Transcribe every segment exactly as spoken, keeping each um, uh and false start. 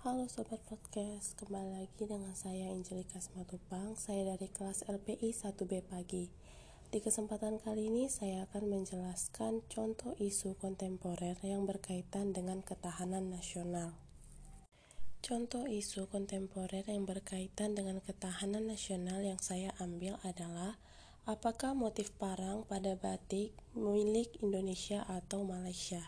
Halo Sobat Podcast, kembali lagi dengan saya Angelika Simatupang. Saya dari kelas L P I satu B Pagi. Di kesempatan kali ini saya akan menjelaskan contoh isu kontemporer yang berkaitan dengan ketahanan nasional. Contoh isu kontemporer yang berkaitan dengan ketahanan nasional yang saya ambil adalah apakah motif parang pada batik milik Indonesia atau Malaysia?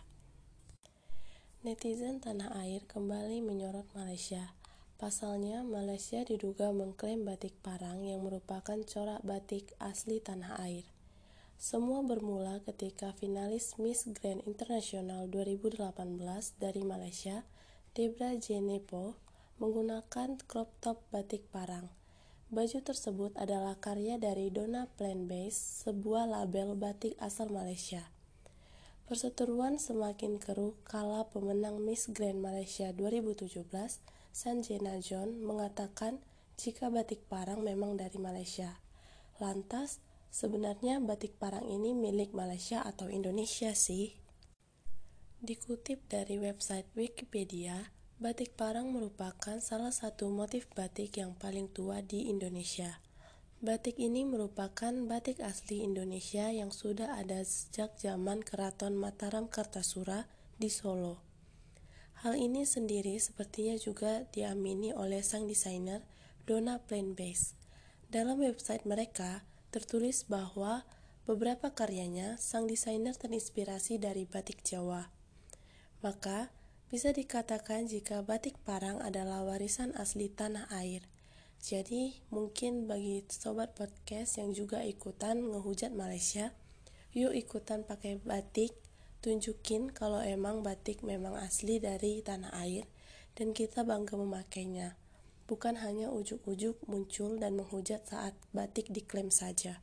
Netizen tanah air kembali menyorot Malaysia. Pasalnya, Malaysia diduga mengklaim batik parang yang merupakan corak batik asli tanah air. Semua bermula ketika finalis Miss Grand International dua ribu delapan belas dari Malaysia, Debra J. Nepo, menggunakan crop top batik parang. Baju tersebut adalah karya dari Dona Plant Base, sebuah label batik asal Malaysia. Perseteruan semakin keruh kala pemenang Miss Grand Malaysia dua ribu tujuh belas, Sanjena John, mengatakan jika batik parang memang dari Malaysia. Lantas, sebenarnya batik parang ini milik Malaysia atau Indonesia sih? Dikutip dari website Wikipedia, batik parang merupakan salah satu motif batik yang paling tua di Indonesia. Batik ini merupakan batik asli Indonesia yang sudah ada sejak zaman Keraton Mataram Kartasura di Solo. Hal ini sendiri sepertinya juga diamini oleh sang desainer Dona Plant Base. Dalam website mereka tertulis bahwa beberapa karyanya sang desainer terinspirasi dari batik Jawa. Maka bisa dikatakan jika batik parang adalah warisan asli tanah air. Jadi, mungkin bagi sobat podcast yang juga ikutan ngehujat Malaysia, yuk ikutan pakai batik, tunjukin kalau emang batik memang asli dari tanah air, dan kita bangga memakainya. Bukan hanya ujuk-ujuk muncul dan menghujat saat batik diklaim saja.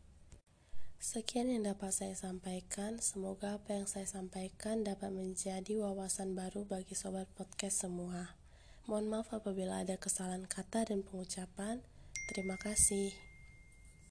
Sekian yang dapat saya sampaikan, semoga apa yang saya sampaikan dapat menjadi wawasan baru bagi sobat podcast semua. Mohon maaf apabila ada kesalahan kata dan pengucapan. Terima kasih.